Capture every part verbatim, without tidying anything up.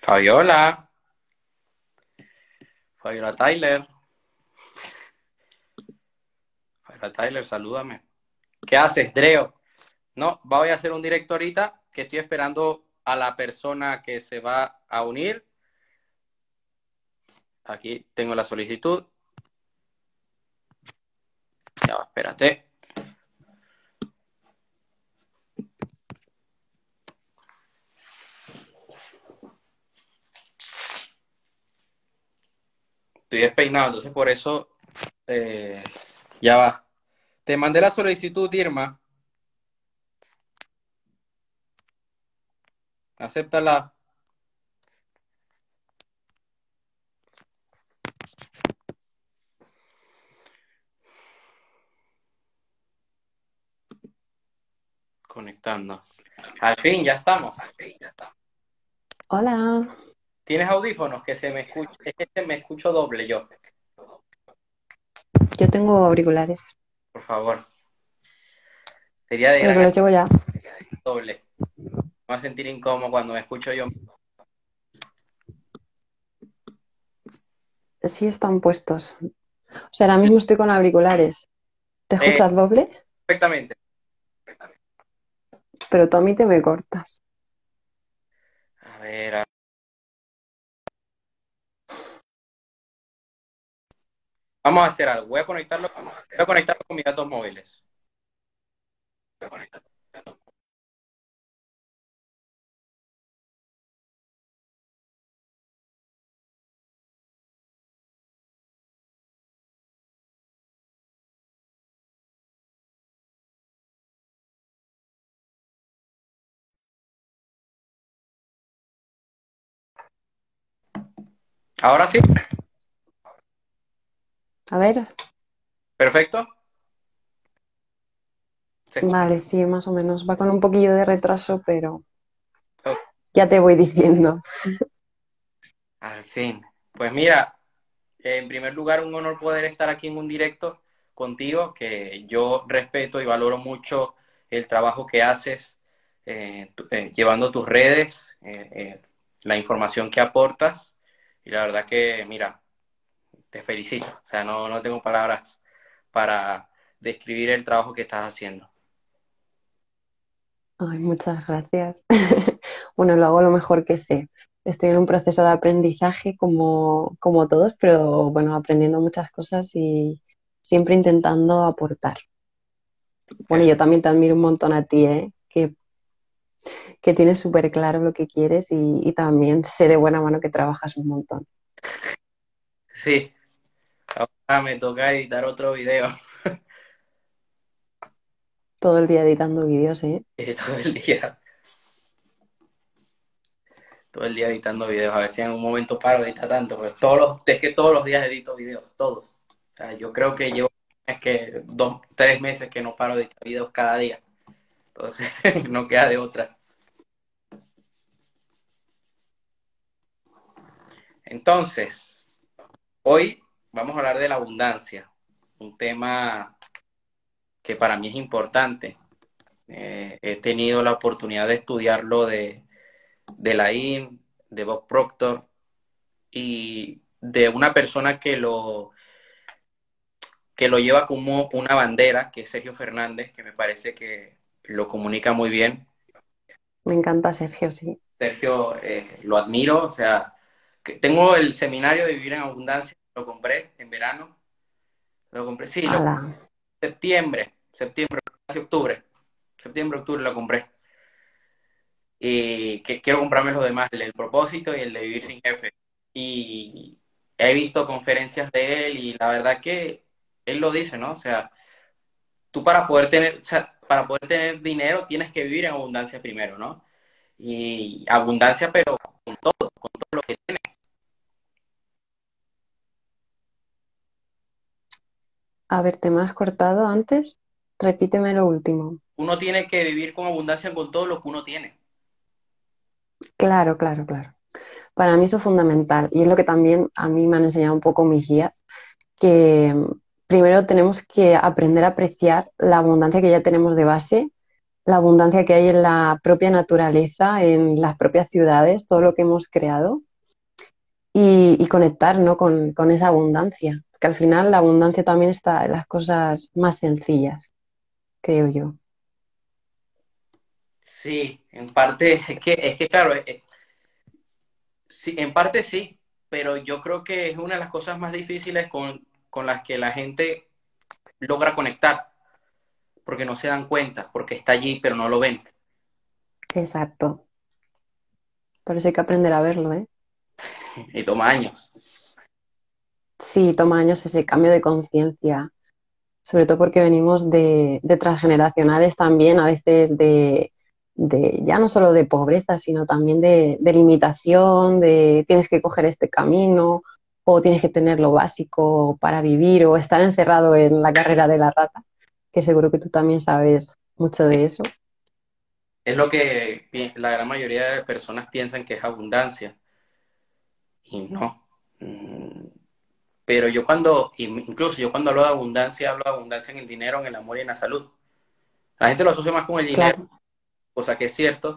Fabiola, Fabiola Tyler, Fabiola Tyler, salúdame. ¿Qué haces, Dreo? No, voy a hacer un directo ahorita que estoy esperando a la persona que se va a unir. Aquí tengo la solicitud. Ya va, espérate. Estoy despeinado, entonces por eso eh, ya va. Te mandé la solicitud, Irma. Acéptala. Conectando. Al fin, ya estamos. Hola, ¿Tienes audífonos? Que se me escucha, es que se me escucho doble yo. yo tengo auriculares, Por favor. Sería de pero que gran los llevo ya. doble. Me va a sentir incómodo cuando me escucho yo. Sí están puestos. O sea, ahora mismo estoy con auriculares. ¿Te Eh, escuchas doble? Perfectamente. Pero tú a mí te me cortas. A ver, a- vamos a hacer algo. Voy a conectarlo, voy a conectarlo con mis datos móviles. Ahora sí. A ver, Perfecto. ¿Se escucha? vale, sí, más o menos. Va con un poquillo de retraso, pero Ok, ya te voy diciendo. al fin. Pues mira, en primer lugar, un honor poder estar aquí en un directo contigo, que yo respeto y valoro mucho el trabajo que haces, eh, tu- eh, llevando tus redes, eh, eh, la información que aportas. Y la verdad que, mira, te felicito. O sea, no, no tengo palabras para describir el trabajo que estás haciendo. Ay, muchas gracias. Bueno, lo hago lo mejor que sé. Estoy en un proceso de aprendizaje como, como todos, pero bueno, aprendiendo muchas cosas y siempre intentando aportar. Bueno, yo también te admiro un montón a ti, ¿eh? Que que tienes súper claro lo que quieres y, y también sé de buena mano que trabajas un montón. Sí, ahora me toca editar otro video. Todo el día editando vídeos, ¿eh? Eh, todo el día, todo el día editando videos. A ver si en algún momento paro de editar tanto, pero todos los, es que todos los días edito videos, todos. O sea, yo creo que llevo es que dos, tres meses que no paro de editar videos cada día. Entonces, no queda de otra. Entonces, hoy vamos a hablar de la abundancia, un tema que para mí es importante. Eh, he tenido la oportunidad de estudiarlo de, de la I N, de Bob Proctor y de una persona que lo, que lo lleva como una bandera, que es Sergio Fernández, que me parece que lo comunica muy bien. Me encanta Sergio, sí. Sergio, eh, lo admiro, o sea, que tengo el seminario de Vivir en Abundancia, lo compré en verano, lo compré, sí, lo Ala, septiembre, septiembre, casi octubre, septiembre, octubre lo compré. Y que quiero comprarme los demás, el del propósito y el de vivir sin jefe. Y he visto conferencias de él y la verdad que él lo dice, ¿no? O sea, tú para poder tener, o sea, para poder tener dinero tienes que vivir en abundancia primero, ¿no? Y abundancia, pero con todo, con todo lo que tienes. a ver, te me has cortado antes. Repíteme lo último. Uno tiene que vivir con abundancia con todo lo que uno tiene. Claro, claro, claro. Para mí eso es fundamental y es lo que también a mí me han enseñado un poco mis guías, que mm, primero tenemos que aprender a apreciar la abundancia que ya tenemos de base la abundancia que hay en la propia naturaleza, en las propias ciudades, todo lo que hemos creado y, y conectar, ¿no? con, con esa abundancia. Que al final la abundancia también está en las cosas más sencillas, creo yo. Sí, en parte, es que, es que claro, eh, sí, en parte sí, pero yo creo que es una de las cosas más difíciles con, con las que la gente logra conectar, porque no se dan cuenta, porque está allí, pero no lo ven. Exacto. Por eso hay que aprender a verlo, ¿eh? Y toma años. Sí, toma años ese cambio de conciencia, sobre todo porque venimos de, de transgeneracionales también, a veces de, de ya no solo de pobreza, sino también de, de limitación, de tienes que coger este camino o tienes que tener lo básico para vivir o estar encerrado en la carrera de la rata, que seguro que tú también sabes mucho de eso. Es lo que pi- la gran mayoría de personas piensan que es abundancia, y no. Mm, Pero yo cuando, incluso yo cuando hablo de abundancia, hablo de abundancia en el dinero, en el amor y en la salud. La gente lo asocia más con el dinero, Claro, cosa que es cierto,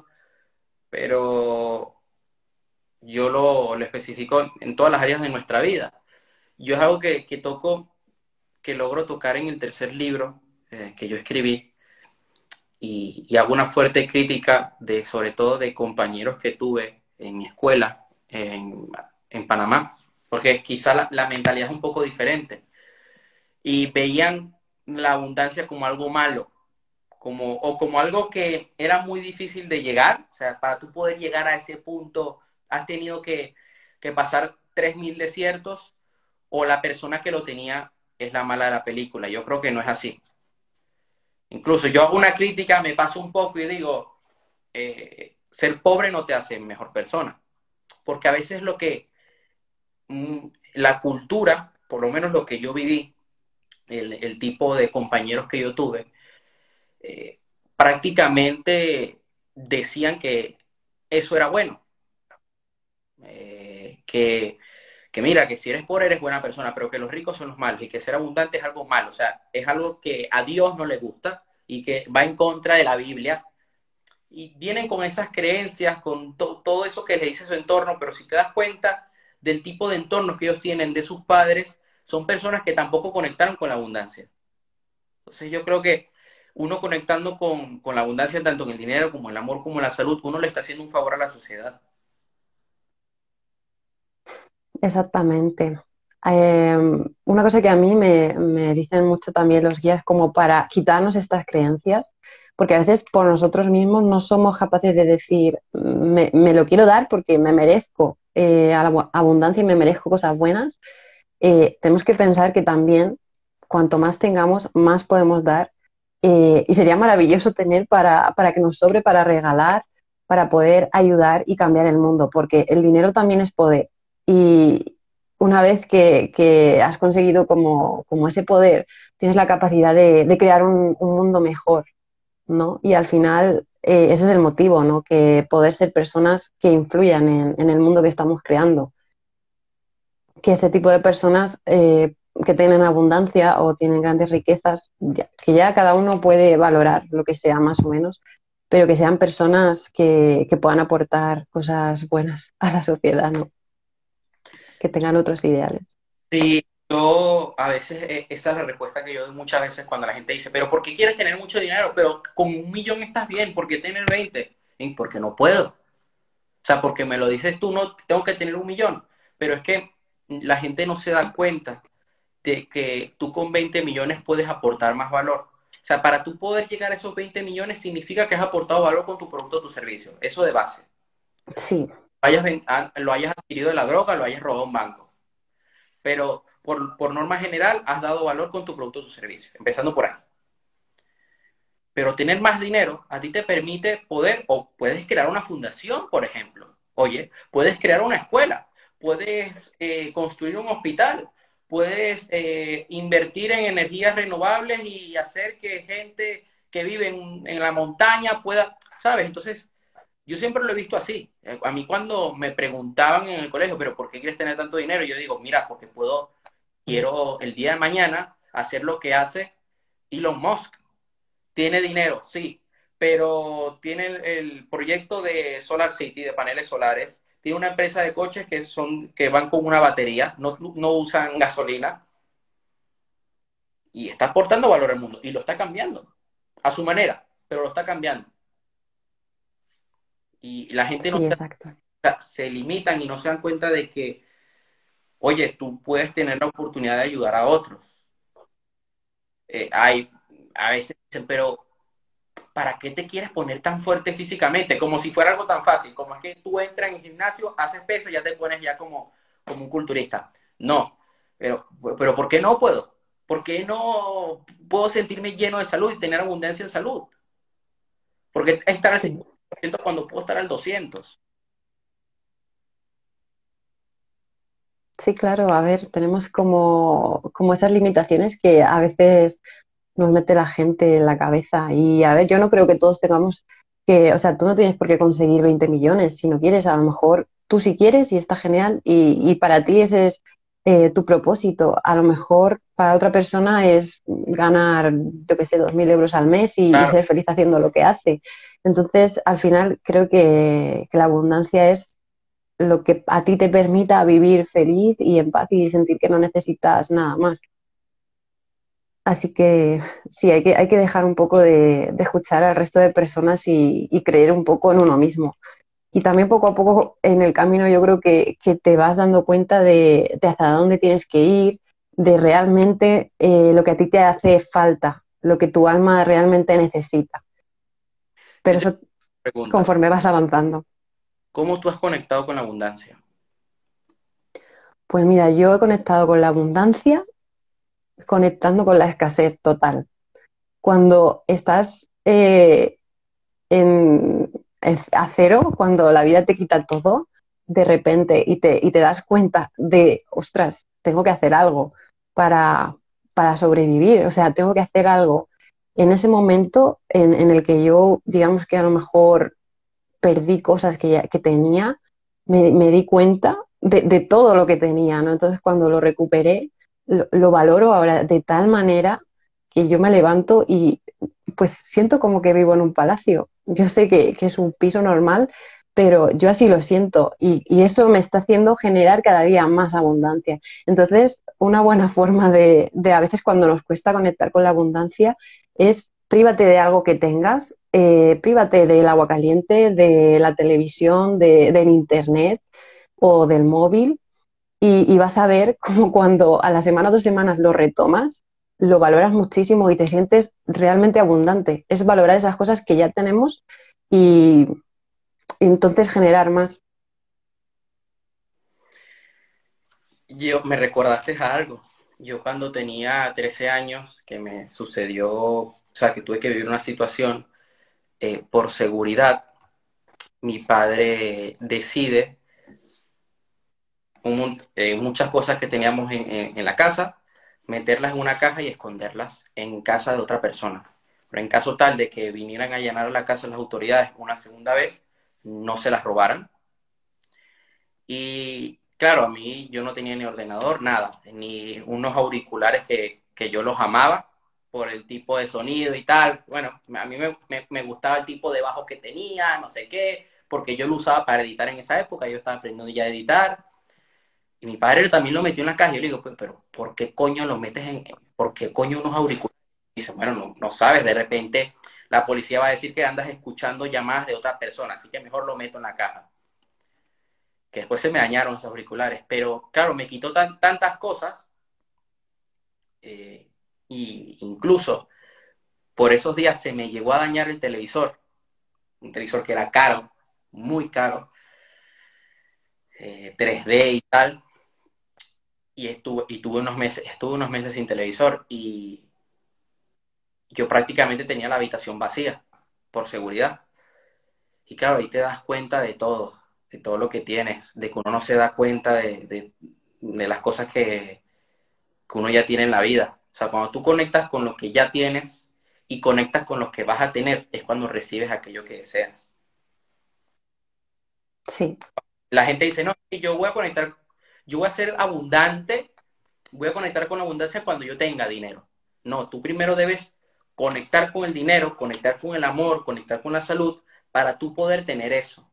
pero yo lo, lo especifico en, en todas las áreas de nuestra vida. Yo es algo que, que toco, que logro tocar en el tercer libro eh, que yo escribí y, y hago una fuerte crítica de, sobre todo de compañeros que tuve en mi escuela en, en Panamá, porque quizá la, la mentalidad es un poco diferente y veían la abundancia como algo malo, como, o como algo que era muy difícil de llegar, o sea, para tú poder llegar a ese punto has tenido que, que pasar tres mil desiertos, o la persona que lo tenía es la mala de la película. Yo creo que no es así. Incluso yo hago una crítica, me paso un poco y digo, eh, ser pobre no te hace mejor persona, porque a veces lo que mm, la cultura, por lo menos lo que yo viví, el, el tipo de compañeros que yo tuve, eh, prácticamente decían que eso era bueno, eh, que, que mira, que si eres pobre eres buena persona, pero que los ricos son los malos y que ser abundante es algo malo, o sea, es algo que a Dios no le gusta y que va en contra de la Biblia. Y vienen con esas creencias, con to todo eso que le dice su entorno, pero si te das cuenta del tipo de entornos que ellos tienen de sus padres, son personas que tampoco conectaron con la abundancia. Entonces yo creo que uno conectando con, con la abundancia, tanto en el dinero como en el amor, como en la salud, uno le está haciendo un favor a la sociedad. exactamente. Eh, una cosa que a mí me, me dicen mucho también los guías como para quitarnos estas creencias, porque a veces por nosotros mismos no somos capaces de decir, me, me lo quiero dar porque me merezco eh, a la abu- abundancia y me merezco cosas buenas. Eh, tenemos que pensar que también cuanto más tengamos, más podemos dar. Eh, y sería maravilloso tener para, para que nos sobre, para regalar, para poder ayudar y cambiar el mundo, porque el dinero también es poder. Y una vez que, que has conseguido como, como ese poder, tienes la capacidad de, de crear un, un mundo mejor, ¿no? Y al final eh, ese es el motivo, ¿no? Que poder ser personas que influyan en, en el mundo que estamos creando, que ese tipo de personas eh, que tienen abundancia o tienen grandes riquezas, ya- que ya cada uno puede valorar lo que sea más o menos, pero que sean personas que, que puedan aportar cosas buenas a la sociedad, ¿no? Que tengan otros ideales. Sí, yo a veces, eh, esa es la respuesta que yo doy muchas veces cuando la gente dice, pero ¿por qué quieres tener mucho dinero? Pero con un millón estás bien, ¿por qué tener veinte? Y porque no puedo. O sea, porque me lo dices tú, no tengo que tener un millón. Pero es que la gente no se da cuenta de que tú con veinte millones puedes aportar más valor. O sea, para tú poder llegar a esos veinte millones significa que has aportado valor con tu producto o tu servicio. Eso de base. Sí, Hayas ven- ah, lo hayas adquirido de la droga, lo hayas robado a un banco. Pero por, por norma general has dado valor con tu producto o tu servicio. Empezando por ahí. Pero tener más dinero a ti te permite poder, o puedes crear una fundación, por ejemplo. Oye, puedes crear una escuela, puedes eh, construir un hospital, puedes eh, invertir en energías renovables y hacer que gente que vive en, en la montaña pueda, ¿sabes? Entonces, yo siempre lo he visto así. Eh, A mí cuando me preguntaban en el colegio, pero ¿por qué quieres tener tanto dinero? Yo digo, mira, porque puedo, quiero el día de mañana hacer lo que hace Elon Musk. Tiene dinero, sí, pero tiene el, el proyecto de Solar City, de paneles solares. Tiene una empresa de coches que, son, que van con una batería, no, no usan gasolina, y está aportando valor al mundo, y lo está cambiando, a su manera, pero lo está cambiando. Y la gente no Sí, exacto. se limitan y no se dan cuenta de que, oye, tú puedes tener la oportunidad de ayudar a otros. Eh, hay, a veces dicen, pero ¿para qué te quieres poner tan fuerte físicamente? Como si fuera algo tan fácil, como es que tú entras en el gimnasio, haces pesas y ya te pones ya como, como un culturista. No, pero, pero ¿por qué no puedo? ¿Por qué no puedo sentirme lleno de salud y tener abundancia en salud? ¿Por qué estar al Sí. cincuenta por ciento cuando puedo estar al doscientos por ciento? Sí, claro, a ver, tenemos como, como esas limitaciones que a veces nos mete la gente en la cabeza. Y a ver, yo no creo que todos tengamos que, o sea, tú no tienes por qué conseguir veinte millones si no quieres, a lo mejor tú sí quieres y está genial y, y para ti ese es eh, tu propósito. A lo mejor para otra persona es ganar, yo qué sé, dos mil euros al mes y, y Claro, ser feliz haciendo lo que hace. Entonces, al final, creo que, que la abundancia es lo que a ti te permita vivir feliz y en paz y sentir que no necesitas nada más. Así que sí, hay que, hay que dejar un poco de, de escuchar al resto de personas y, y creer un poco en uno mismo. Y también poco a poco en el camino yo creo que, que te vas dando cuenta de, de hasta dónde tienes que ir, de realmente eh, lo que a ti te hace falta, lo que tu alma realmente necesita. yo Pero te eso pregunta, conforme vas avanzando. ¿cómo tú has conectado con la abundancia? Pues mira, yo he conectado con la abundancia, conectando con la escasez total. Cuando estás eh, en, en- a cero, cuando la vida te quita todo de repente y te, y te das cuenta de, ostras, tengo que hacer algo para, para sobrevivir, o sea, tengo que hacer algo. En ese momento en, en el que yo, digamos que a lo mejor perdí cosas que, ya, que tenía, me, me di cuenta de, de todo lo que tenía, ¿no? Entonces cuando lo recuperé, lo, lo valoro ahora de tal manera que yo me levanto y pues siento como que vivo en un palacio. Yo sé que, que es un piso normal, pero yo así lo siento y, y eso me está haciendo generar cada día más abundancia. Entonces, una buena forma de, de a veces cuando nos cuesta conectar con la abundancia es prívate de algo que tengas, eh, prívate del agua caliente, de la televisión, de, del internet o del móvil y, y vas a ver como cuando a la semana o dos semanas lo retomas, lo valoras muchísimo y te sientes realmente abundante. Es valorar esas cosas que ya tenemos y, y entonces generar más. Yo, me recordaste a algo. Yo cuando tenía trece años, que me sucedió, o sea, que tuve que vivir una situación, eh, por seguridad, mi padre decide un- eh, muchas cosas que teníamos en, en- en la casa, meterlas en una caja y esconderlas en casa de otra persona. Pero en caso tal de que vinieran a llenar la casa las autoridades una segunda vez, no se las robaran. Y claro, a mí yo no tenía ni ordenador, nada, ni unos auriculares que, que yo los amaba por el tipo de sonido y tal. Bueno, a mí me, me, me gustaba el tipo de bajo que tenía, no sé qué, porque yo lo usaba para editar en esa época, yo estaba aprendiendo ya a editar. Y mi padre también lo metió en la caja. Yo le digo, pues, pero ¿por qué coño lo metes en, por qué coño unos auriculares? Y dice, bueno, no, no sabes, de repente la policía va a decir que andas escuchando llamadas de otra persona, así que mejor lo meto en la caja. Que después se me dañaron esos auriculares. Pero claro, me quitó tan, tantas cosas, eh, y incluso por esos días se me llegó a dañar el televisor, un televisor que era caro, muy caro, eh, tres D y tal, y estuve, y tuve unos meses, estuve unos meses sin televisor y yo prácticamente tenía la habitación vacía por seguridad. Y claro, ahí te das cuenta de todo, de todo lo que tienes, de que uno no se da cuenta de, de, de las cosas que, que uno ya tiene en la vida. O sea, cuando tú conectas con lo que ya tienes y conectas con lo que vas a tener, es cuando recibes aquello que deseas. Sí, La gente dice, no, yo voy a conectar, yo voy a ser abundante, voy a conectar con la abundancia cuando yo tenga dinero. No, tú primero debes conectar con el dinero, conectar con el amor, conectar con la salud, para tú poder tener eso.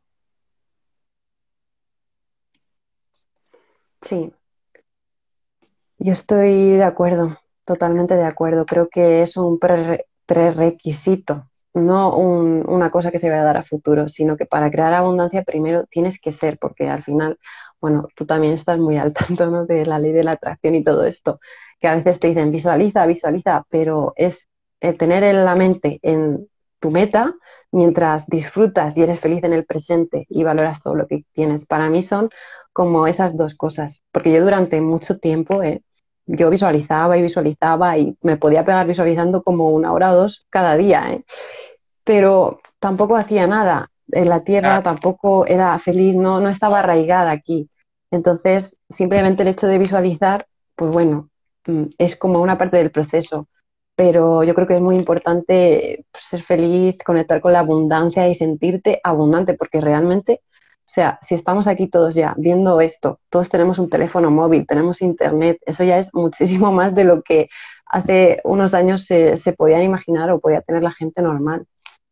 Sí, yo estoy de acuerdo, totalmente de acuerdo. Creo que es un prerre- prerequisito, no un- una cosa que se va a dar a futuro, sino que para crear abundancia primero tienes que ser, porque al final, bueno, tú también estás muy al tanto, ¿no? De la ley de la atracción y todo esto, que a veces te dicen visualiza, visualiza, pero es el tener en la mente en tu meta mientras disfrutas y eres feliz en el presente y valoras todo lo que tienes. Para mí son como esas dos cosas, porque yo durante mucho tiempo, eh, yo visualizaba y visualizaba y me podía pegar visualizando como una hora o dos cada día, ¿eh? Pero tampoco hacía nada. En la tierra Claro, tampoco era feliz, no, no estaba arraigada aquí. Entonces, simplemente el hecho de visualizar, pues bueno, mm, es como una parte del proceso. Pero yo creo que es muy importante pues, ser feliz, conectar con la abundancia y sentirte abundante, porque realmente, o sea, si estamos aquí todos ya viendo esto, todos tenemos un teléfono móvil, tenemos internet, eso ya es muchísimo más de lo que hace unos años se, se podían imaginar o podía tener la gente normal.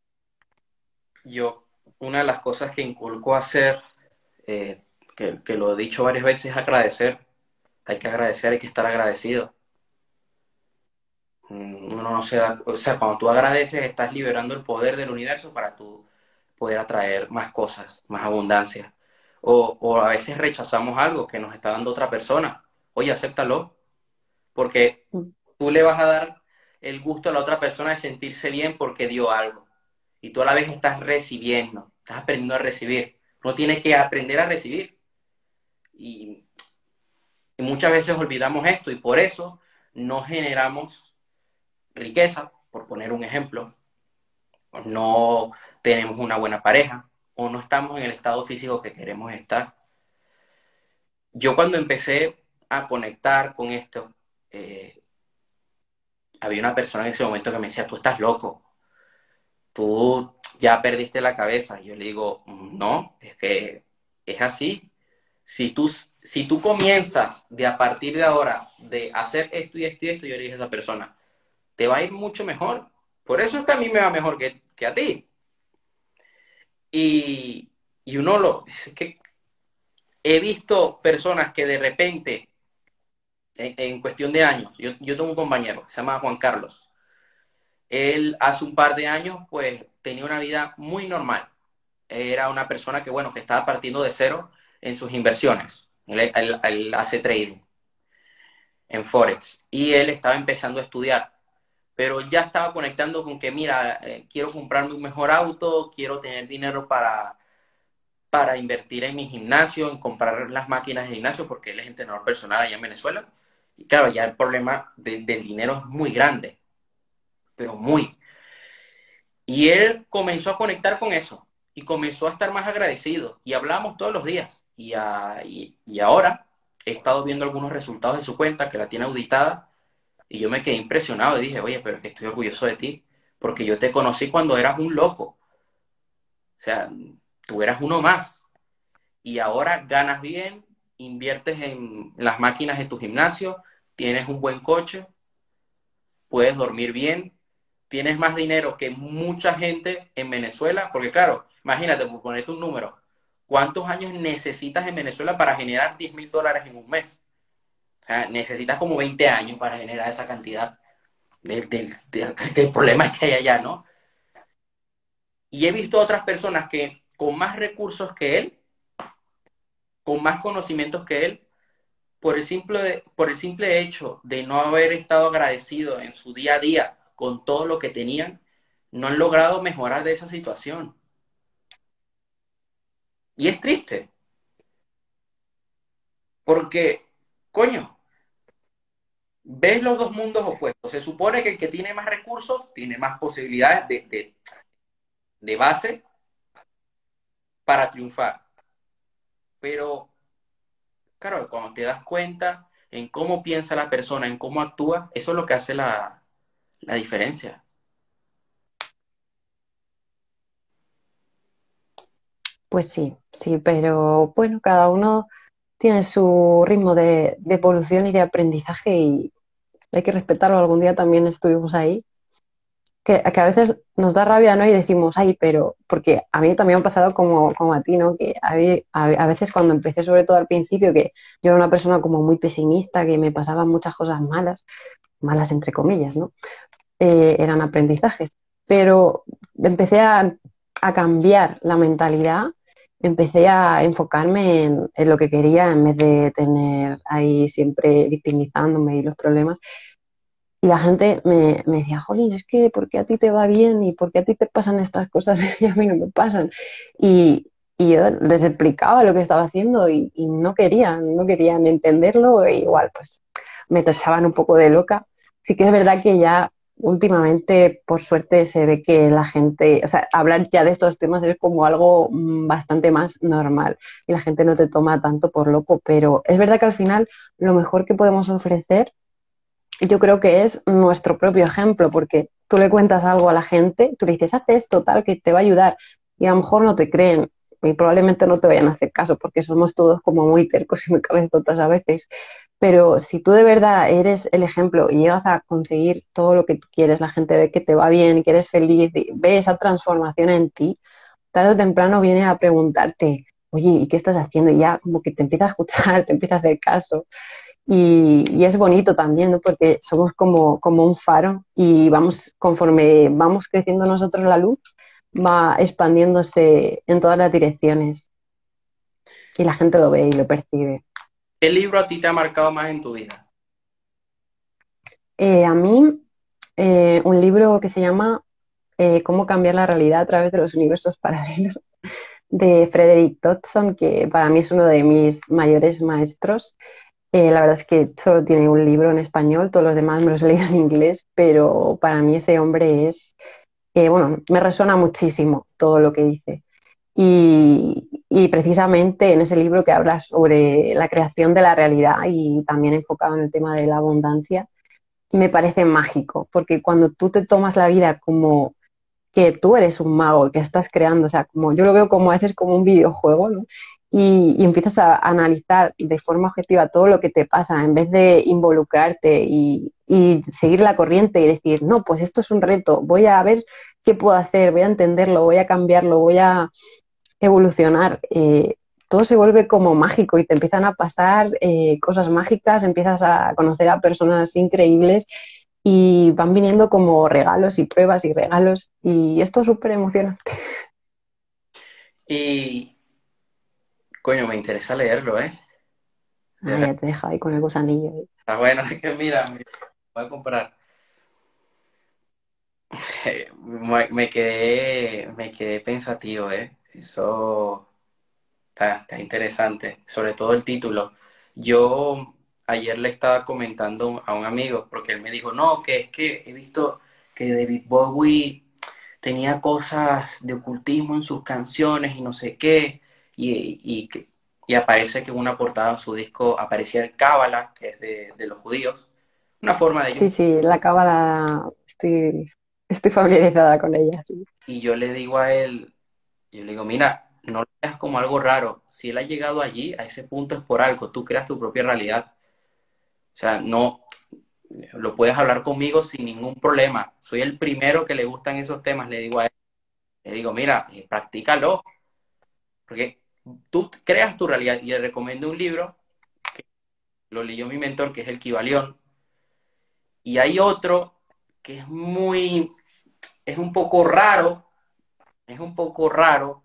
yo, una de las cosas que inculco a hacer, eh, que, que lo he dicho varias veces, es agradecer. Hay que agradecer, hay que estar agradecido. Mm, Uno no se da, o sea, cuando tú agradeces, estás liberando el poder del universo para tú poder atraer más cosas, más abundancia. O, o a veces rechazamos algo que nos está dando otra persona. Oye, acéptalo, porque tú le vas a dar el gusto a la otra persona de sentirse bien porque dio algo. Y tú a la vez estás recibiendo, estás aprendiendo a recibir. Uno tiene que aprender a recibir. Y, y muchas veces olvidamos esto y por eso no generamos riqueza, por poner un ejemplo, no tenemos una buena pareja o no estamos en el estado físico que queremos estar. Yo cuando empecé a conectar con esto, eh, había una persona en ese momento que me decía, tú estás loco, tú ya perdiste la cabeza. Y yo le digo, no, es que es así. Si tú, si tú comienzas de a partir de ahora de hacer esto y esto y esto, yo le dije a esa persona, te va a ir mucho mejor. Por eso es que a mí me va mejor que, que a ti. Y, y uno lo, es que he visto personas que de repente, en, en cuestión de años, yo, yo tengo un compañero que se llama Juan Carlos. Él hace un par de años, pues, tenía una vida muy normal. Era una persona que, bueno, que estaba partiendo de cero en sus inversiones. Él, él- él hace trading en Forex y él estaba empezando a estudiar, pero ya estaba conectando con que, mira, eh, quiero comprarme un mejor auto, quiero tener dinero para para invertir en mi gimnasio, en comprar las máquinas de gimnasio, porque él es entrenador personal allá en Venezuela. Y claro, ya el problema de, del dinero es muy grande, pero muy. Y él comenzó a conectar con eso y comenzó a estar más agradecido. Y hablamos todos los días. Y, a, y, y ahora he estado viendo algunos resultados de su cuenta que la tiene auditada y yo me quedé impresionado y dije, oye, pero es que estoy orgulloso de ti, porque yo te conocí cuando eras un loco. O sea, tú eras uno más. Y ahora ganas bien, inviertes en las máquinas de tu gimnasio, tienes un buen coche, puedes dormir bien, tienes más dinero que mucha gente en Venezuela, porque claro, imagínate, por ponerte un número, ¿cuántos años necesitas en Venezuela para generar diez mil dólares en un mes? O sea, necesitas como veinte años para generar esa cantidad. Del, del, del, del problema es que hay allá, ¿no? Y he visto otras personas que con más recursos que él, con más conocimientos que él, por el simple, por el simple hecho de no haber estado agradecido en su día a día con todo lo que tenían, no han logrado mejorar de esa situación. Y es triste, porque, coño, ves los dos mundos opuestos. Se supone que el que tiene más recursos tiene más posibilidades de, de, de base para triunfar. Pero, claro, cuando te das cuenta en cómo piensa la persona, en cómo actúa, eso es lo que hace la, la diferencia. Pues sí, sí, pero bueno, cada uno tiene su ritmo de, de evolución y de aprendizaje y hay que respetarlo. Algún día también estuvimos ahí que, que a veces nos da rabia, ¿no? Y decimos, ay, pero, porque a mí también me ha pasado como, como a ti, ¿no? Que a, ve- a, a veces cuando empecé, sobre todo al principio, que yo era una persona como muy pesimista, que me pasaban muchas cosas malas, malas entre comillas, ¿no? Eh, eran aprendizajes, pero empecé a, a cambiar la mentalidad, empecé a enfocarme en, en lo que quería en vez de tener ahí siempre victimizándome y los problemas. Y la gente me, me decía, Jolín, es que ¿por qué a ti te va bien y por qué a ti te pasan estas cosas y a mí no me pasan? Y, y yo les explicaba lo que estaba haciendo y, y no querían, no querían entenderlo, e igual pues me tachaban un poco de loca. Sí que es verdad que ya últimamente, por suerte, se ve que la gente, o sea, hablar ya de estos temas es como algo mm, bastante más normal y la gente no te toma tanto por loco, pero es verdad que al final lo mejor que podemos ofrecer yo creo que es nuestro propio ejemplo, porque tú le cuentas algo a la gente, tú le dices, haz esto, tal, que te va a ayudar, y a lo mejor no te creen, y probablemente no te vayan a hacer caso, porque somos todos como muy tercos y muy cabezotas a veces. Pero si tú de verdad eres el ejemplo y llegas a conseguir todo lo que tú quieres, la gente ve que te va bien, que eres feliz, y ve esa transformación en ti, tarde o temprano viene a preguntarte, oye, ¿y qué estás haciendo? Y ya como que te empieza a escuchar, te empieza a hacer caso. Y, y es bonito también, ¿no? Porque somos como, como un faro y vamos, conforme vamos creciendo nosotros la luz, va expandiéndose en todas las direcciones y la gente lo ve y lo percibe. ¿Qué libro a ti te ha marcado más en tu vida? Eh, a mí, eh, un libro que se llama eh, Cómo cambiar la realidad a través de los universos paralelos, de Frederick Dodson, que para mí es uno de mis mayores maestros. Eh, la verdad es que solo tiene un libro en español, todos los demás me los he leído en inglés, pero para mí ese hombre es, eh, bueno, me resuena muchísimo todo lo que dice. Y, y precisamente en ese libro que habla sobre la creación de la realidad y también enfocado en el tema de la abundancia, me parece mágico, porque cuando tú te tomas la vida como que tú eres un mago, que estás creando, o sea, como yo lo veo como a veces como un videojuego, ¿no? Y, y empiezas a analizar de forma objetiva todo lo que te pasa, en vez de involucrarte y, y seguir la corriente y decir, no, pues esto es un reto, voy a ver qué puedo hacer, voy a entenderlo, voy a cambiarlo, voy a evolucionar. Eh, todo se vuelve como mágico y te empiezan a pasar eh, cosas mágicas, empiezas a conocer a personas increíbles y van viniendo como regalos y pruebas y regalos y esto es súper emocionante. Y, coño, me interesa leerlo, ¿eh? De Ah, verdad, ya te dejo ahí con el gusanillo. está bueno, es que mira, me voy a comprar. Me me quedé, me quedé pensativo, ¿eh? Eso está, está interesante, sobre todo el título. Yo ayer le estaba comentando a un amigo, porque él me dijo, no, que es que he visto que David Bowie tenía cosas de ocultismo en sus canciones y no sé qué, y, y, que- y aparece que en una portada de su disco aparecía el Cábala, que es de, de los judíos, una forma de ellos. Sí, sí, la cábala estoy, estoy familiarizada con ella, sí. Y yo le digo a él, yo le digo, mira, no lo veas como algo raro. Si él ha llegado allí, a ese punto es por algo. Tú creas tu propia realidad. O sea, no, lo puedes hablar conmigo sin ningún problema. Soy el primero que le gustan esos temas. Le digo a él, le digo, mira, eh, practícalo. Porque tú creas tu realidad. Y le recomiendo un libro, lo leyó mi mentor, que es el Kybalión. Y hay otro que es muy, es un poco raro, es un poco raro,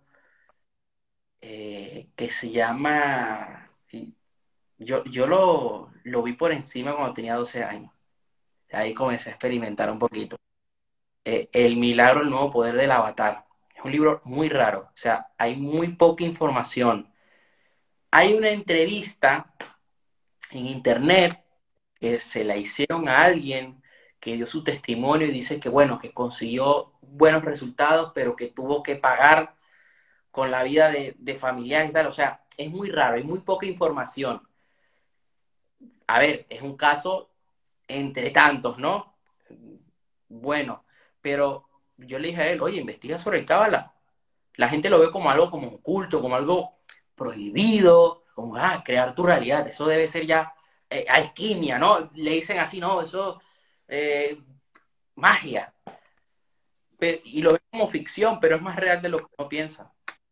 eh, que se llama... Yo, yo lo, lo vi por encima cuando tenía doce años. Ahí comencé a experimentar un poquito. Eh, El milagro, el nuevo poder del avatar. Es un libro muy raro. O sea, hay muy poca información. Hay una entrevista en internet que se la hicieron a alguien que dio su testimonio y dice que, bueno, que consiguió buenos resultados, pero que tuvo que pagar con la vida de, de familiares y tal. O sea, es muy raro, hay muy poca información. A ver, es un caso entre tantos, ¿no? Bueno, pero yo le dije a él, oye, investiga sobre el Cábala. La gente lo ve como algo como oculto, como algo prohibido, como, ah, crear tu realidad, eso debe ser ya eh, alquimia, ¿no? Le dicen así, no, eso, eh, magia. pe- y lo ves como ficción, pero es más real de lo que uno piensa.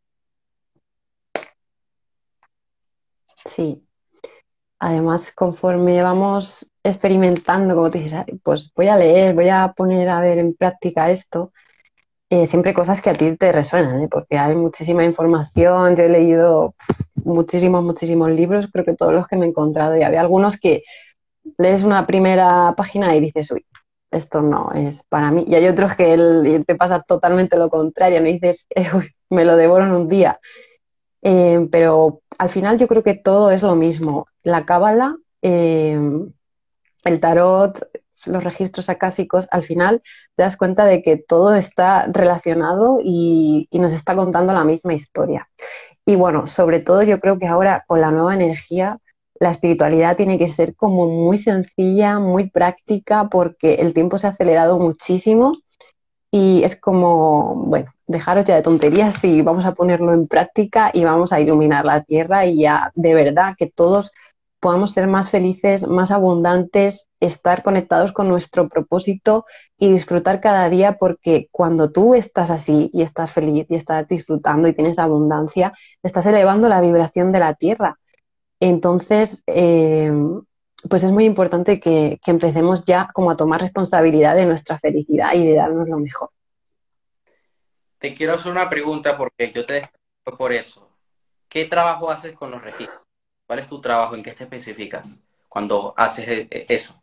Sí. Además, conforme vamos experimentando, como te dices, "Ay, pues voy a leer, voy a poner a ver en práctica esto", eh, siempre cosas que a ti te resuenan, ¿eh? Porque hay muchísima información, yo he leído muchísimos, muchísimos libros, creo que todos los que me he encontrado, y había algunos que lees una primera página y dices, uy, esto no es para mí, y hay otros que el- te pasa totalmente lo contrario, no dices, "Eh, uy, me lo devoro en un día". Eh, pero al final yo creo que todo es lo mismo. La cábala, eh, el tarot, los registros acásicos, al final te das cuenta de que todo está relacionado y, y nos está contando la misma historia. Y bueno, sobre todo yo creo que ahora con la nueva energía, la espiritualidad tiene que ser como muy sencilla, muy práctica, porque el tiempo se ha acelerado muchísimo y es como, bueno, dejaros ya de tonterías y vamos a ponerlo en práctica y vamos a iluminar la tierra y ya de verdad que todos podamos ser más felices, más abundantes, estar conectados con nuestro propósito y disfrutar cada día, porque cuando tú estás así y estás feliz y estás disfrutando y tienes abundancia, estás elevando la vibración de la tierra. Entonces, eh, pues es muy importante que, que empecemos ya como a tomar responsabilidad de nuestra felicidad y de darnos lo mejor. Te quiero hacer una pregunta porque yo te descubro por eso. ¿Qué trabajo haces con los registros? ¿Cuál es tu trabajo? ¿En qué te especificas cuando haces e- e- eso?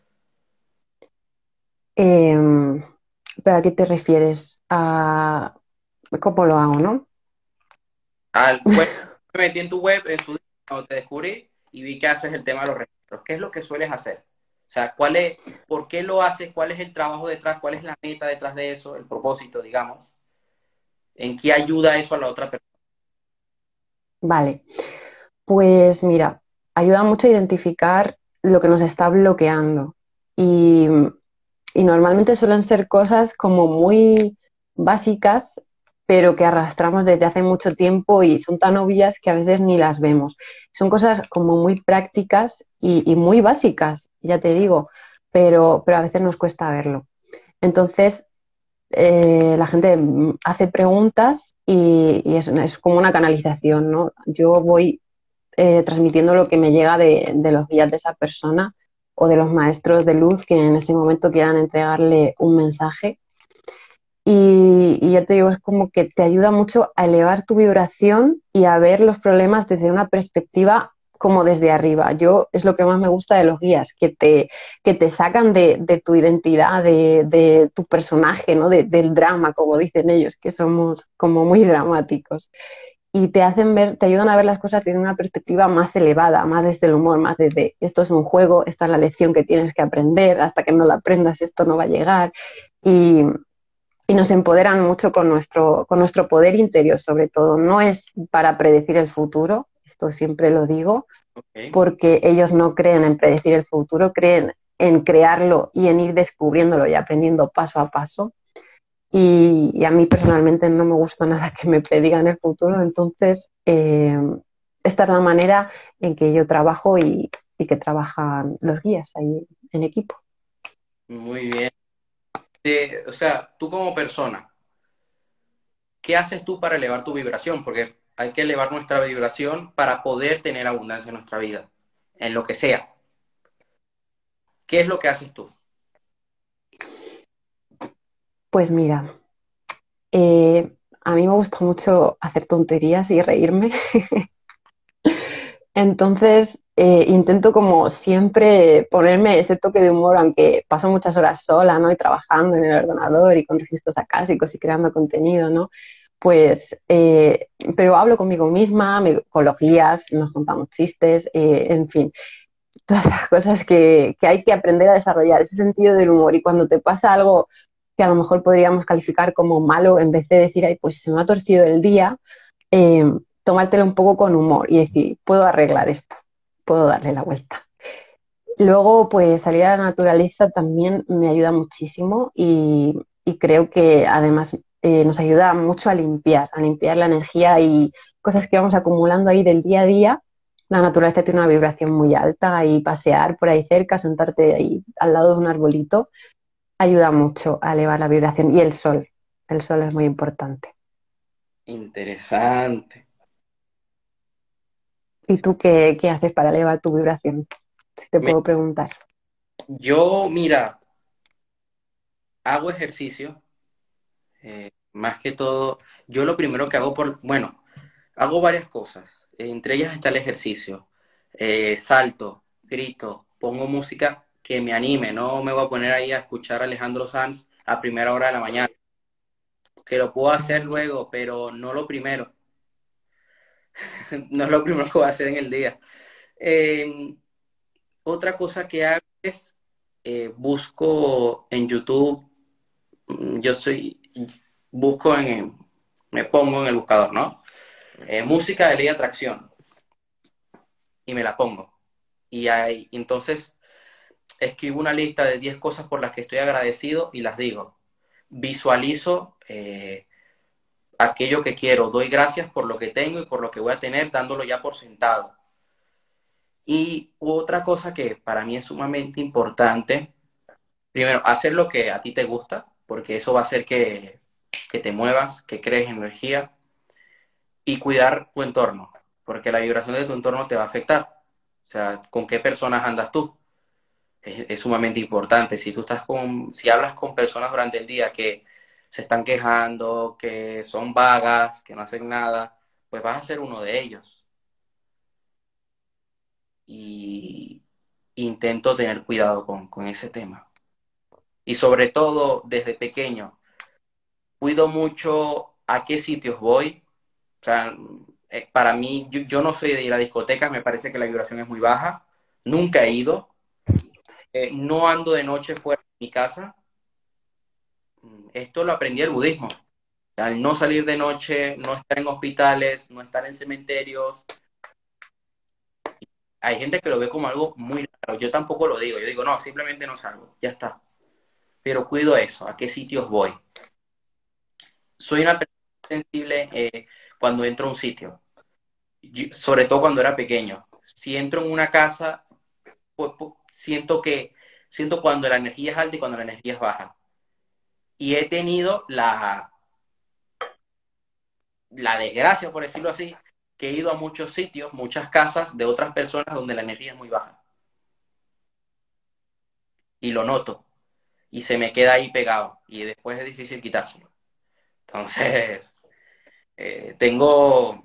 Eh, ¿pero a qué te refieres? A cómo lo hago, ¿no? Al, bueno, me metí en tu web en su día cuando te descubrí y vi que haces el tema de los registros. ¿Qué es lo que sueles hacer? O sea, ¿cuál es, por qué lo haces? ¿Cuál es el trabajo detrás? ¿Cuál es la meta detrás de eso? El propósito, digamos. ¿En qué ayuda eso a la otra persona? Vale, pues mira, ayuda mucho a identificar lo que nos está bloqueando y, y normalmente suelen ser cosas como muy básicas, pero que arrastramos desde hace mucho tiempo y son tan obvias que a veces ni las vemos. Son cosas como muy prácticas y, y muy básicas, ya te digo, pero, pero a veces nos cuesta verlo. Entonces, eh, la gente mm, hace preguntas y, y es, es como una canalización, ¿no? Yo voy eh, transmitiendo lo que me llega de, de los guías de esa persona o de los maestros de luz que en ese momento quieran entregarle un mensaje. Y, y ya te digo, es como que te ayuda mucho a elevar tu vibración y a ver los problemas desde una perspectiva como desde arriba. Yo es lo que más me gusta de los guías, que te, que te sacan de, de tu identidad, de, de tu personaje, ¿no? De, del drama, como dicen ellos, que somos como muy dramáticos. Y te hacen ver, te ayudan a ver las cosas desde una perspectiva más elevada, más desde el humor, más desde esto es un juego, esta es la lección que tienes que aprender, hasta que no la aprendas esto no va a llegar. Y, y nos empoderan mucho con nuestro, con nuestro poder interior, sobre todo. No es para predecir el futuro, esto siempre lo digo, Ok. porque ellos no creen en predecir el futuro, creen en crearlo y en ir descubriéndolo y aprendiendo paso a paso. Y, y a mí personalmente no me gusta nada que me predigan el futuro, entonces eh, esta es la manera en que yo trabajo y, y que trabajan los guías ahí en equipo. Muy bien. Eh, o sea, tú como persona, ¿qué haces tú para elevar tu vibración? Porque hay que elevar nuestra vibración para poder tener abundancia en nuestra vida, en lo que sea. ¿Qué es lo que haces tú? Pues mira, eh, a mí me gusta mucho hacer tonterías y reírme. Entonces, eh, intento como siempre ponerme ese toque de humor, aunque paso muchas horas sola, ¿no? Y trabajando en el ordenador y con registros acásicos y creando contenido, ¿no? Pues, eh, pero hablo conmigo misma, me- con los guías, nos contamos chistes, eh, en fin, todas las cosas que, que hay que aprender a desarrollar, ese sentido del humor. Y cuando te pasa algo que a lo mejor podríamos calificar como malo, en vez de decir, ay, pues se me ha torcido el día, eh, tomártelo un poco con humor y decir, puedo arreglar esto, puedo darle la vuelta. Luego, pues salir a la naturaleza también me ayuda muchísimo y, y creo que además eh, nos ayuda mucho a limpiar, a limpiar la energía y cosas que vamos acumulando ahí del día a día. La naturaleza tiene una vibración muy alta y pasear por ahí cerca, sentarte ahí al lado de un arbolito, ayuda mucho a elevar la vibración. Y el sol. el sol es muy importante. Interesante. ¿Y tú qué, qué haces para elevar tu vibración? Si te Me- puedo preguntar. yo, mira, hago ejercicio, eh, más que todo, yo lo primero que hago por, bueno, hago varias cosas, entre ellas está el ejercicio. Eh, salto, grito, pongo música que me anime, no me voy a poner ahí a escuchar a Alejandro Sanz a primera hora de la mañana, que lo puedo hacer luego, pero no lo primero, no es lo primero que voy a hacer en el día. Eh, otra cosa que hago es eh, busco en YouTube, mm, yo soy, busco en, me pongo en el buscador, ¿no? Eh, música de ley de atracción y me la pongo. Y ahí, entonces escribo una lista de diez cosas por las que estoy agradecido y las digo. Visualizo eh, aquello que quiero, doy gracias por lo que tengo y por lo que voy a tener, dándolo ya por sentado. Y otra cosa que para mí es sumamente importante, primero, hacer lo que a ti te gusta, porque eso va a hacer que, que te muevas, que crees energía, y cuidar tu entorno, porque la vibración de tu entorno te va a afectar. O sea, con qué personas andas tú. Es, es sumamente importante. Si tú estás con, si hablas con personas durante el día que se están quejando, que son vagas, que no hacen nada, pues vas a ser uno de ellos. Y intento tener cuidado con, con ese tema. Y sobre todo, desde pequeño, cuido mucho a qué sitios voy. O sea, eh, para mí, yo, yo no soy de ir a discotecas, me parece que la vibración es muy baja. Nunca he ido. Eh, no ando de noche fuera de mi casa. Esto lo aprendí del budismo. O sea, el no salir de noche, no estar en hospitales, no estar en cementerios. Hay gente que lo ve como algo muy raro. Yo tampoco lo digo. Yo digo, no, simplemente no salgo. Ya está. Pero cuido eso, a qué sitios voy. Soy una persona sensible eh, cuando entro a un sitio. Yo- sobre todo cuando era pequeño. Si entro en una casa, pues, pues, siento que, siento cuando la energía es alta y cuando la energía es baja. Y he tenido la, la desgracia, por decirlo así, que he ido a muchos sitios, muchas casas de otras personas donde la energía es muy baja. Y lo noto. Y se me queda ahí pegado. Y después es difícil quitárselo. Entonces, eh, tengo,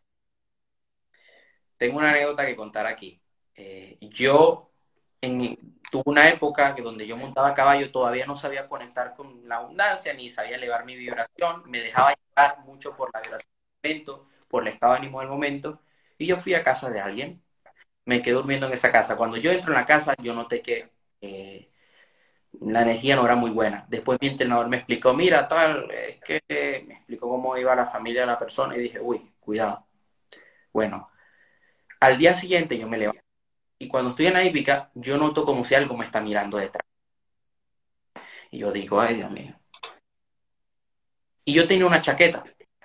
tengo una anécdota que contar aquí. Eh, yo en, tuve una época que donde yo montaba a caballo todavía no sabía conectar con la abundancia, ni sabía elevar mi vibración. Me dejaba llevar mucho por la vibración del momento, por el estado de ánimo del momento. Y yo fui a casa de alguien, me quedé durmiendo en esa casa. Cuando yo entro en la casa, yo noté que eh, la energía no era muy buena. Después mi entrenador me explicó, mira, tal, es que eh, me explicó cómo iba la familia de la persona y dije, uy, cuidado. Bueno, al día siguiente yo me levanto y cuando estoy en la hípica, yo noto como si algo me está mirando detrás. Y yo digo, ay, Dios mío. Y yo tenía una chaqueta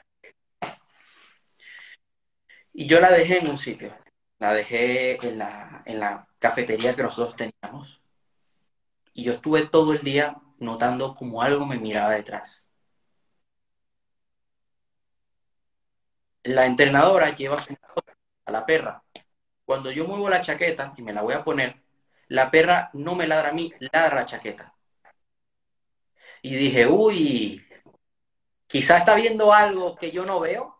y yo la dejé en un sitio. La dejé en la, en la cafetería que nosotros teníamos. Y yo estuve todo el día notando como algo me miraba detrás. La entrenadora lleva su a la perra. Cuando yo muevo la chaqueta y me la voy a poner, la perra no me ladra a mí, ladra la chaqueta. Y dije, uy, quizá está viendo algo que yo no veo.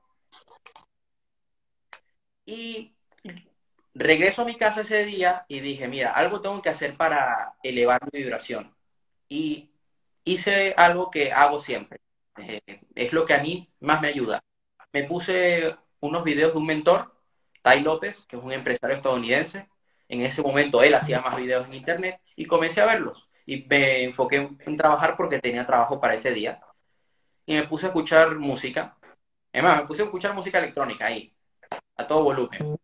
Y regreso a mi casa ese día y dije, mira, algo tengo que hacer para elevar mi vibración. Y hice algo que hago siempre. Eh, es lo que a mí más me ayuda. Me puse unos videos de un mentor, Tai López, que es un empresario estadounidense. En ese momento él hacía más videos en internet y comencé a verlos. Y me enfoqué en, en trabajar porque tenía trabajo para ese día. Y me puse a escuchar música. Es más, me puse a escuchar música electrónica ahí, a todo volumen.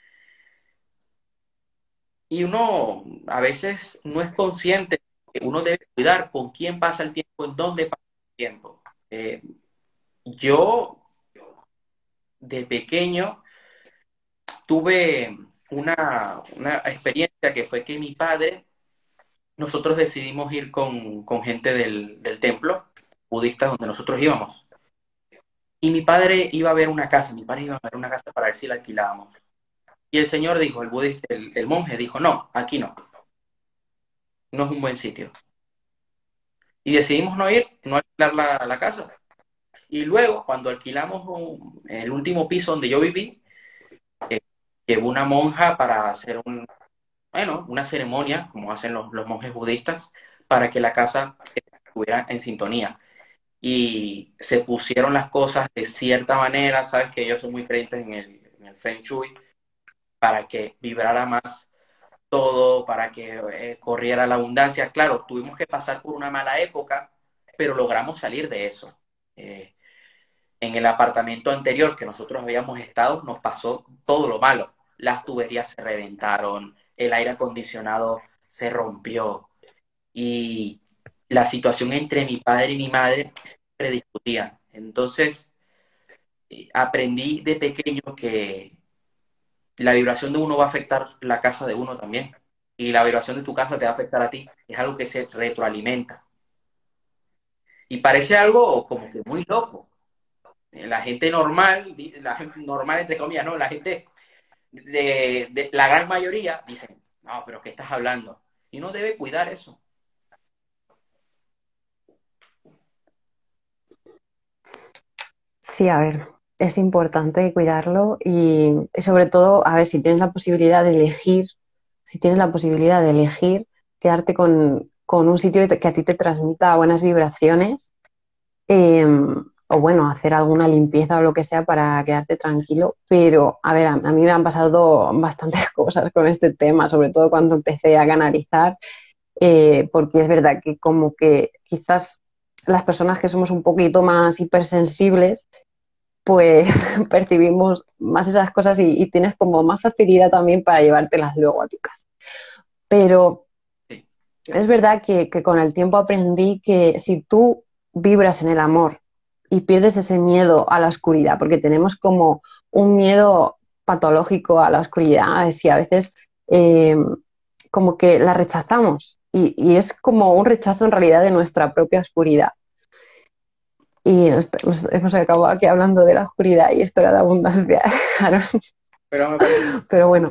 Y uno a veces no es consciente que uno debe cuidar con quién pasa el tiempo, en dónde pasa el tiempo. Eh, yo de pequeño tuve una, una experiencia que fue que mi padre, nosotros decidimos ir con, con gente del, del templo. budistas donde nosotros íbamos. Y mi padre iba a ver una casa, mi padre iba a ver una casa para ver si la alquilábamos. Y el señor dijo, el budista, el, el monje dijo, no, aquí no, no es un buen sitio. Y decidimos no ir, no alquilar la, la casa. Y luego, cuando alquilamos un- el último piso donde yo viví, eh, llevó una monja para hacer un, bueno, una ceremonia, como hacen los, los monjes budistas, para que la casa estuviera en sintonía. Y se pusieron las cosas de cierta manera, sabes que ellos son muy creyentes en el, en el Feng Shui, para que vibrara más todo, para que eh, corriera la abundancia. Claro, tuvimos que pasar por una mala época, pero logramos salir de eso. Eh, en el apartamento anterior que nosotros habíamos estado, nos pasó todo lo malo. Las tuberías se reventaron, el aire acondicionado se rompió y la situación entre mi padre y mi madre siempre discutían. Entonces, eh, aprendí de pequeño que la vibración de uno va a afectar la casa de uno también. Y la vibración de tu casa te va a afectar a ti. Es algo que se retroalimenta. Y parece algo como que muy loco. Eh, La gente normal, di- la gente normal entre comillas, ¿no? La gente de, de la gran mayoría dicen, no, pero ¿qué estás hablando? Y uno debe cuidar eso. Sí, a ver, es importante cuidarlo y, y sobre todo, a ver, si tienes la posibilidad de elegir, si tienes la posibilidad de elegir quedarte con, con un sitio que a ti te transmita buenas vibraciones, eh, o bueno, hacer alguna limpieza o lo que sea para quedarte tranquilo. Pero, a ver, a, a mí me han pasado bastantes cosas con este tema, sobre todo cuando empecé a canalizar, eh, porque es verdad que como que quizás las personas que somos un poquito más hipersensibles, pues percibimos más esas cosas y, y tienes como más facilidad también para llevártelas luego a tu casa. Pero Sí, es verdad que, que con el tiempo aprendí que si tú vibras en el amor y pierdes ese miedo a la oscuridad, porque tenemos como un miedo patológico a la oscuridad, si a veces eh, como que la rechazamos y, y es como un rechazo en realidad de nuestra propia oscuridad. Y nos, nos hemos acabado aquí hablando de la oscuridad y esto era de abundancia. Claro. pero me parece, Pero bueno,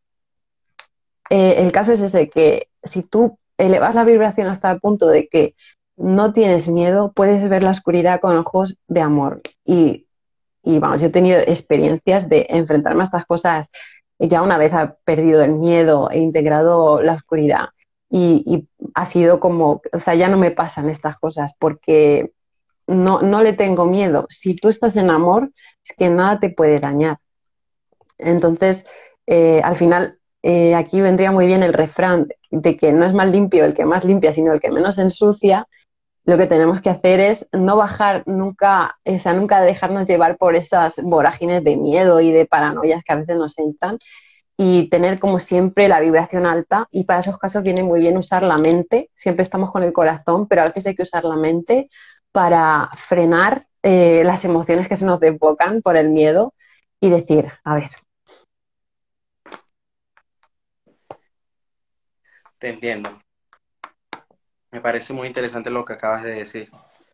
eh, el caso es ese, que si tú elevas la vibración hasta el punto de que no tienes miedo, puedes ver la oscuridad con ojos de amor. Y, y vamos, yo he tenido experiencias de enfrentarme a estas cosas ya una vez he perdido el miedo, e integrado la oscuridad. Y, y ha sido como, o sea, ya no me pasan estas cosas porque no, no le tengo miedo. Si tú estás en amor, es que nada te puede dañar. Entonces, eh, al final, eh, aquí vendría muy bien el refrán de que no es más limpio el que más limpia, sino el que menos ensucia. Lo que tenemos que hacer es no bajar nunca, o sea, nunca dejarnos llevar por esas vorágines de miedo y de paranoias que a veces nos entran y tener como siempre la vibración alta, y para esos casos viene muy bien usar la mente. Siempre estamos con el corazón, pero a veces hay que usar la mente para frenar eh, las emociones que se nos desbocan por el miedo y decir, a ver, te entiendo. Me parece muy interesante lo que acabas de decir.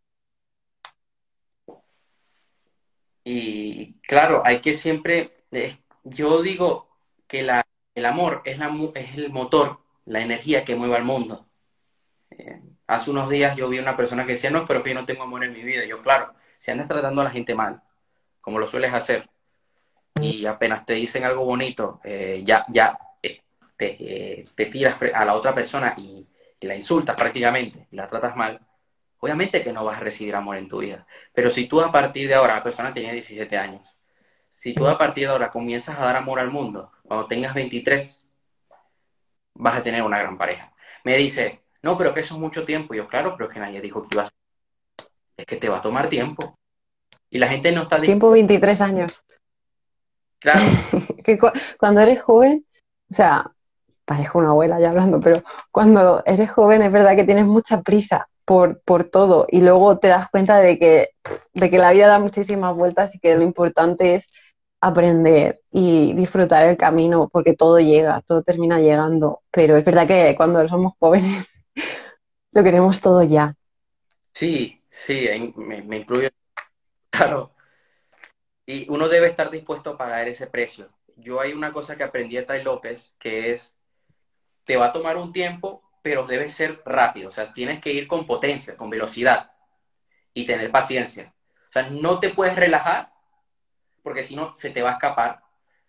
Y claro, hay que siempre, eh, yo digo que la, el amor es, la, mu- es el motor, la energía que mueve al mundo. Eh, hace unos días yo vi una persona que decía, no, pero que yo no tengo amor en mi vida. Y yo, claro, si andas tratando a la gente mal, como lo sueles hacer, y apenas te dicen algo bonito, eh, ya, ya eh, te, eh, te tiras fre- a la otra persona y, y la insultas prácticamente, y la tratas mal, obviamente que no vas a recibir amor en tu vida. Pero si tú a partir de ahora, la persona tenía diecisiete años, si tú a partir de ahora comienzas a dar amor al mundo, cuando tengas veintitrés vas a tener una gran pareja. Me dice, no, pero que eso es mucho tiempo. Y yo, claro, pero es que nadie dijo que iba a ser, es que te va a tomar tiempo. Y la gente no está tiempo dispuesta. veintitrés años. Claro, Que cu- cuando eres joven, o sea, parezco una abuela ya hablando, pero cuando eres joven es verdad que tienes mucha prisa por, por todo y luego te das cuenta de que, de que la vida da muchísimas vueltas y que lo importante es aprender y disfrutar el camino porque todo llega, todo termina llegando. Pero es verdad que cuando somos jóvenes lo queremos todo ya. sí, Sí, ahí me, me incluyo, claro. Y uno debe estar dispuesto a pagar ese precio. Yo hay una cosa que aprendí de Tai López, que es, te va a tomar un tiempo, pero debe ser rápido. O sea, tienes que ir con potencia, con velocidad y tener paciencia. O sea, no te puedes relajar porque si no, se te va a escapar,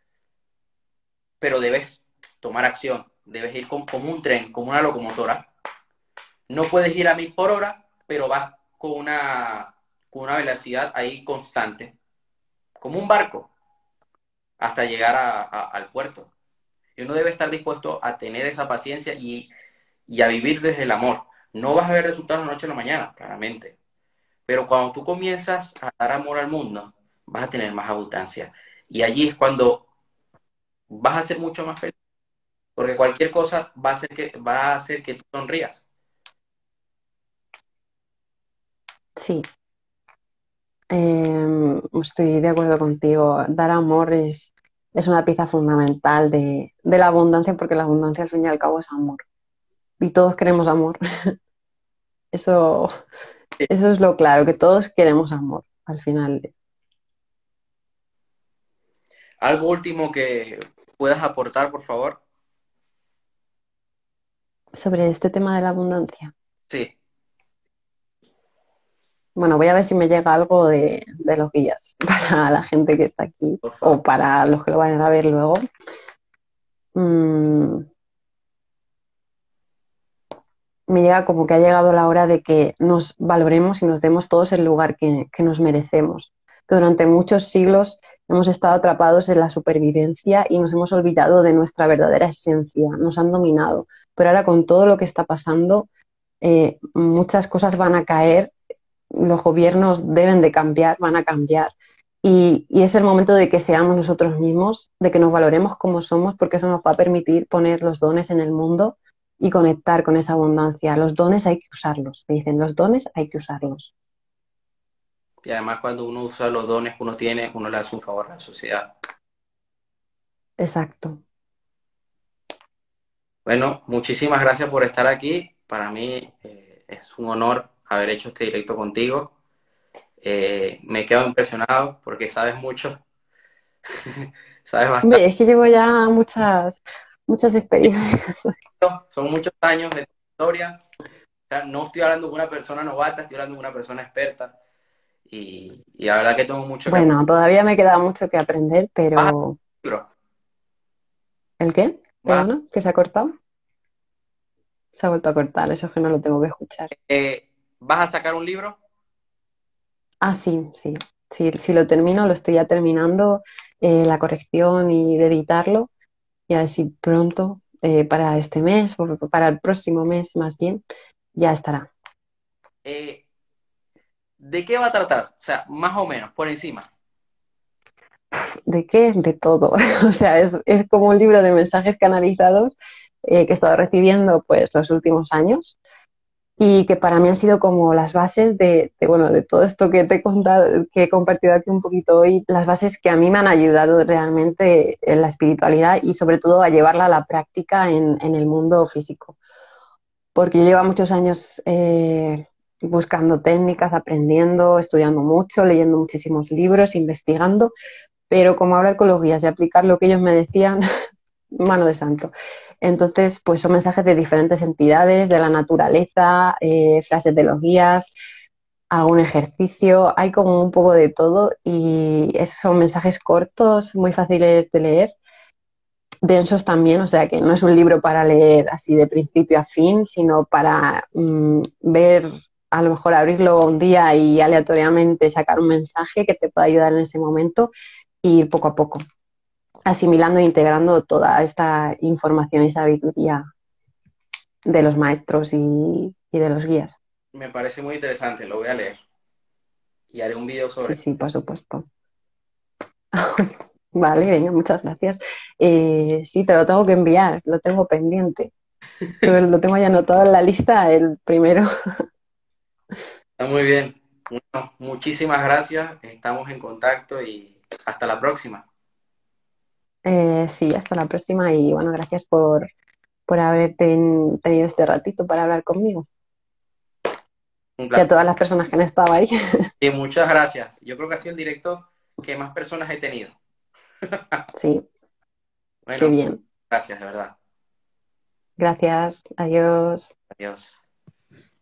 pero debes tomar acción. Debes ir con, como un tren, como una locomotora. No puedes ir a mil por hora, pero vas con una, con una velocidad ahí constante, como un barco, hasta llegar a, a, al puerto. Y uno debe estar dispuesto a tener esa paciencia y, y a vivir desde el amor. No vas a ver resultados de la noche a la mañana, claramente. Pero cuando tú comienzas a dar amor al mundo, vas a tener más abundancia. Y allí es cuando vas a ser mucho más feliz. Porque cualquier cosa va a hacer que, va a hacer que tú sonrías. Sí, em, estoy de acuerdo contigo. Dar amor es, es una pieza fundamental de, de la abundancia porque la abundancia al fin y al cabo es amor. Y todos queremos amor. Eso, eso es lo claro, que todos queremos amor al final. Algo último que puedas aportar, por favor. Sobre este tema de la abundancia. Sí, Bueno, voy a ver si me llega algo de, de los guías para la gente que está aquí por favor. o para los que lo vayan a ver luego. Mm, me llega como que ha llegado la hora de que nos valoremos y nos demos todos el lugar que, que nos merecemos. Que durante muchos siglos hemos estado atrapados en la supervivencia y nos hemos olvidado de nuestra verdadera esencia, nos han dominado. Pero ahora con todo lo que está pasando, eh, muchas cosas van a caer, los gobiernos deben de cambiar, van a cambiar. Y, y es el momento de que seamos nosotros mismos, de que nos valoremos como somos, porque eso nos va a permitir poner los dones en el mundo y conectar con esa abundancia. Los dones hay que usarlos, me dicen, los dones hay que usarlos. Y además cuando uno usa los dones que uno tiene, uno le hace un favor a la sociedad. Exacto. Bueno, muchísimas gracias por estar aquí. Para mí eh, es un honor haber hecho este directo contigo. Eh, me quedo impresionado porque sabes mucho, sabes bastante. Ve, es que llevo ya muchas, muchas experiencias. Son muchos años de historia. O sea, no estoy hablando de una persona novata, estoy hablando de una persona experta. Y, y la verdad que tengo mucho que aprender. Bueno, todavía me queda mucho que aprender, ¿Vas a pero libro? ¿el qué? ¿Vas Perdona, ¿que se ha cortado? Se ha vuelto a cortar, eso es que no lo tengo que escuchar. eh, ¿vas a sacar un libro? Ah, sí, sí. Sí, si lo termino, lo estoy ya terminando, eh, la corrección y de editarlo. Y a ver si pronto, eh, para este mes, o para el próximo mes más bien, ya estará. Eh, ¿de qué va a tratar? O sea, más o menos, por encima. ¿De qué? De todo. O sea, es, es como un libro de mensajes canalizados eh, que he estado recibiendo pues los últimos años y que para mí han sido como las bases de, de, bueno, de todo esto que te he contado, que he compartido aquí un poquito hoy, las bases que a mí me han ayudado realmente en la espiritualidad y sobre todo a llevarla a la práctica en, en el mundo físico. Porque yo llevo muchos años eh, buscando técnicas, aprendiendo, estudiando mucho, leyendo muchísimos libros, investigando, pero como hablar con los guías y aplicar lo que ellos me decían, mano de santo. Entonces, pues son mensajes de diferentes entidades, de la naturaleza, eh, frases de los guías, algún ejercicio, hay como un poco de todo y esos son mensajes cortos, muy fáciles de leer, densos también, o sea que no es un libro para leer así de principio a fin, sino para mm, ver, a lo mejor abrirlo un día y aleatoriamente sacar un mensaje que te pueda ayudar en ese momento y ir poco a poco asimilando e integrando toda esta información y sabiduría de los maestros y, y de los guías. Me parece muy interesante, lo voy a leer y haré un video sobre Sí, eso. sí, por supuesto. Vale, venga, muchas gracias. Eh, sí, te lo tengo que enviar, lo tengo pendiente. Lo, lo tengo ya anotado en la lista, el primero. Está muy bien. Bueno, muchísimas gracias. Estamos en contacto y hasta la próxima. Eh, sí, hasta la próxima y bueno, gracias por, por haber ten- tenido este ratito para hablar conmigo. Un y a placer. todas las personas que han estado ahí. Y muchas gracias. Yo creo que ha sido el directo que más personas he tenido. Sí, qué Bueno, bien. gracias, de verdad. Gracias. Adiós. Adiós.